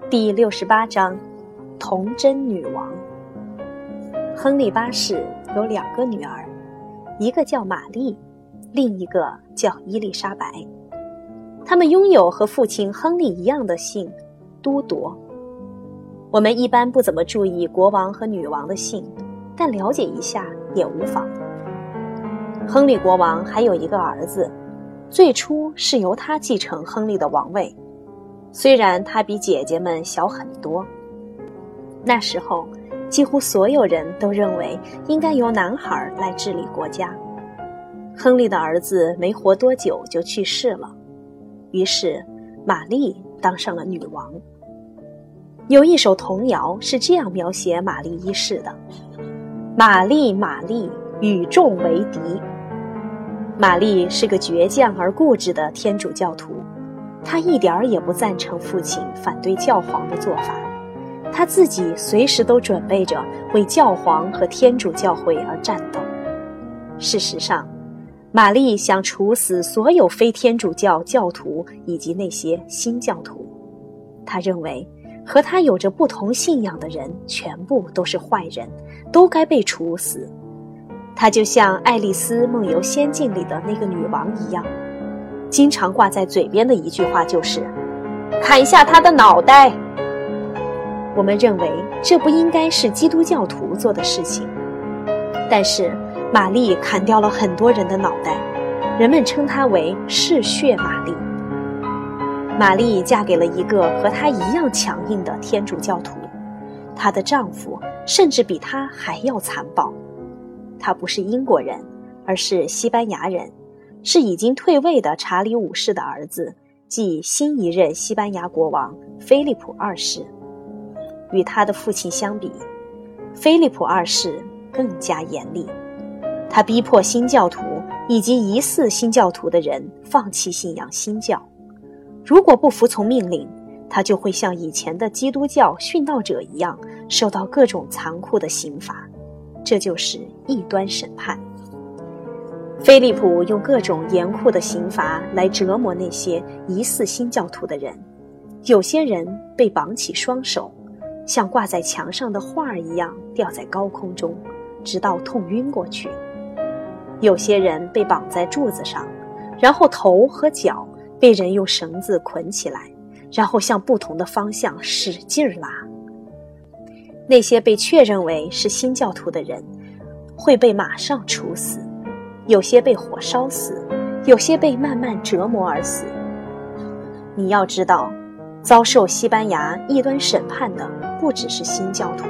第68章，童贞女王。亨利八世有2个女儿，一个叫玛丽，另一个叫伊丽莎白。她们拥有和父亲亨利一样的姓都铎。我们一般不怎么注意国王和女王的姓，但了解一下也无妨。亨利国王还有一个儿子，最初是由他继承亨利的王位，虽然他比姐姐们小很多。那时候几乎所有人都认为应该由男孩来治理国家。亨利的儿子没活多久就去世了，于是玛丽当上了女王。有一首童谣是这样描写玛丽一世的：玛丽，玛丽，与众为敌。玛丽是个倔强而固执的天主教徒，她一点儿也不赞成父亲反对教皇的做法，她自己随时都准备着为教皇和天主教会而战斗。事实上，玛丽想处死所有非天主教教徒以及那些新教徒。她认为和她有着不同信仰的人全部都是坏人，都该被处死。她就像《爱丽丝梦游仙境》里的那个女王一样，经常挂在嘴边的一句话就是砍下她的脑袋。我们认为这不应该是基督教徒做的事情，但是玛丽砍掉了很多人的脑袋，人们称她为嗜血玛丽。玛丽嫁给了一个和她一样强硬的天主教徒，她的丈夫甚至比她还要残暴。他不是英国人，而是西班牙人，是已经退位的查理五世的儿子，即新一任西班牙国王菲利普二世。与他的父亲相比，菲利普二世更加严厉，他逼迫新教徒以及疑似新教徒的人放弃信仰新教，如果不服从命令，他就会像以前的基督教殉道者一样受到各种残酷的刑罚，这就是异端审判。菲利普用各种严酷的刑罚来折磨那些疑似新教徒的人，有些人被绑起双手，像挂在墙上的画一样吊在高空中，直到痛晕过去。有些人被绑在柱子上，然后头和脚被人用绳子捆起来，然后向不同的方向使劲拉。那些被确认为是新教徒的人会被马上处死，有些被火烧死，有些被慢慢折磨而死。你要知道，遭受西班牙异端审判的不只是新教徒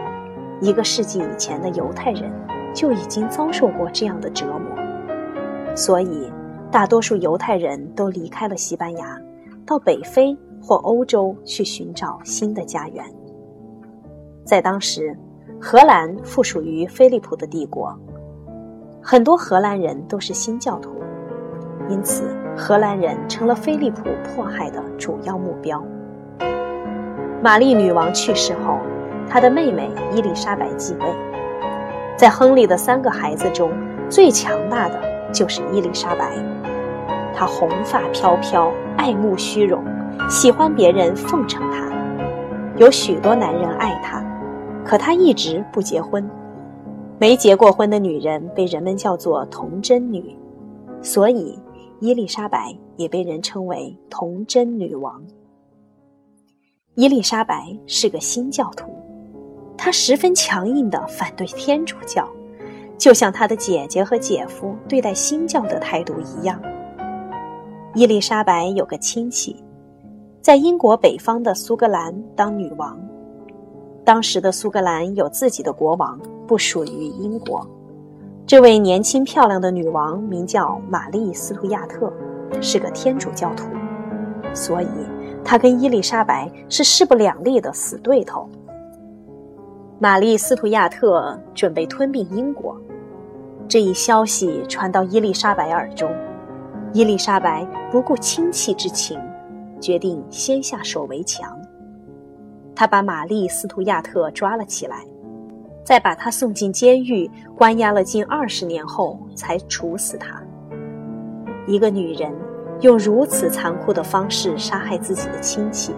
，1个世纪以前的犹太人就已经遭受过这样的折磨。所以大多数犹太人都离开了西班牙，到北非或欧洲去寻找新的家园。在当时，荷兰附属于菲利普的帝国，很多荷兰人都是新教徒，因此荷兰人成了菲利普迫害的主要目标。玛丽女王去世后，她的妹妹伊丽莎白继位。在亨利的3个孩子中，最强大的就是伊丽莎白。她红发飘飘，爱慕虚荣，喜欢别人奉承她，有许多男人爱她，可她一直不结婚。没结过婚的女人被人们叫做童贞女，所以伊丽莎白也被人称为童贞女王。伊丽莎白是个新教徒，她十分强硬地反对天主教，就像她的姐姐和姐夫对待新教的态度一样。伊丽莎白有个亲戚，在英国北方的苏格兰当女王。当时的苏格兰有自己的国王，不属于英国。这位年轻漂亮的女王名叫玛丽斯图亚特，是个天主教徒，所以她跟伊丽莎白是势不两立的死对头。玛丽斯图亚特准备吞并英国，这一消息传到伊丽莎白耳中，伊丽莎白不顾亲戚之情，决定先下手为强。他把玛丽斯图亚特抓了起来，在把她送进监狱关押了近20年后才处死她。一个女人用如此残酷的方式杀害自己的亲戚，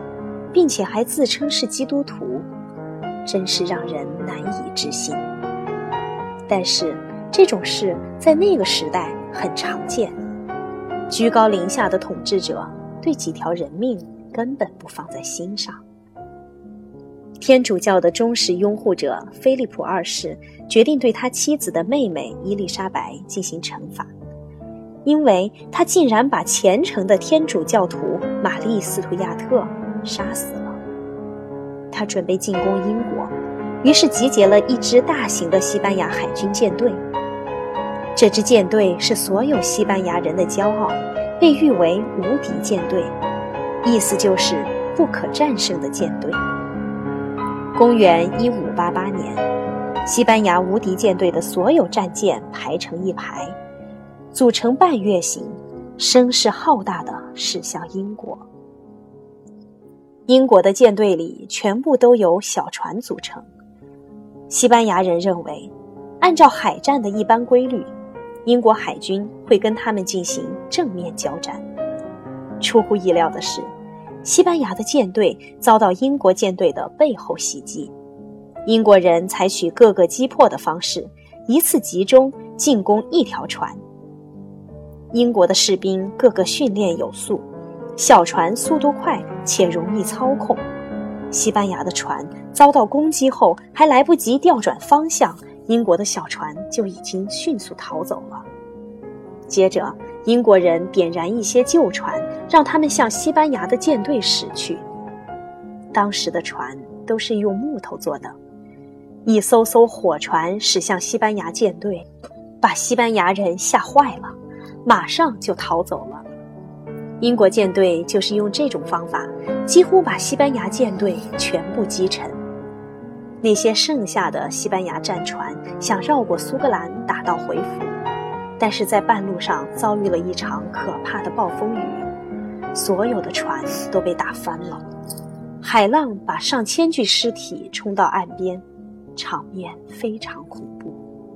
并且还自称是基督徒，真是让人难以置信。但是这种事在那个时代很常见，居高临下的统治者对几条人命根本不放在心上。天主教的忠实拥护者菲利普二世决定对他妻子的妹妹伊丽莎白进行惩罚，因为他竟然把虔诚的天主教徒玛丽·斯图亚特杀死了。他准备进攻英国，于是集结了一支大型的西班牙海军舰队。这支舰队是所有西班牙人的骄傲，被誉为无敌舰队，意思就是不可战胜的舰队。公元1588年，西班牙无敌舰队的所有战舰排成一排，组成半月形，声势浩大地驶向英国。英国的舰队里全部都由小船组成。西班牙人认为，按照海战的一般规律，英国海军会跟他们进行正面交战。出乎意料的是，西班牙的舰队遭到英国舰队的背后袭击。英国人采取各个击破的方式，一次集中进攻一条船。英国的士兵个个训练有素，小船速度快且容易操控。西班牙的船遭到攻击后，还来不及调转方向，英国的小船就已经迅速逃走了。接着，英国人点燃一些旧船，让他们向西班牙的舰队驶去。当时的船都是用木头做的，一艘艘火船驶向西班牙舰队，把西班牙人吓坏了，马上就逃走了。英国舰队就是用这种方法，几乎把西班牙舰队全部击沉。那些剩下的西班牙战船想绕过苏格兰打道回府，但是在半路上遭遇了一场可怕的暴风雨，所有的船都被打翻了，海浪把上千具尸体冲到岸边，场面非常恐怖。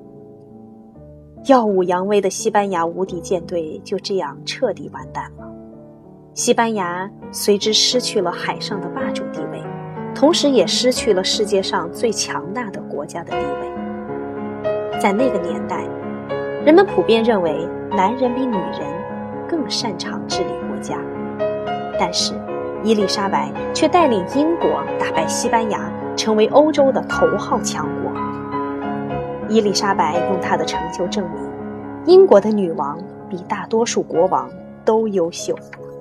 耀武扬威的西班牙无敌舰队就这样彻底完蛋了，西班牙随之失去了海上的霸主地位，同时也失去了世界上最强大的国家的地位。在那个年代，人们普遍认为男人比女人更擅长治理国家，但是伊丽莎白却带领英国打败西班牙，成为欧洲的头号强国。伊丽莎白用她的成就证明，英国的女王比大多数国王都优秀。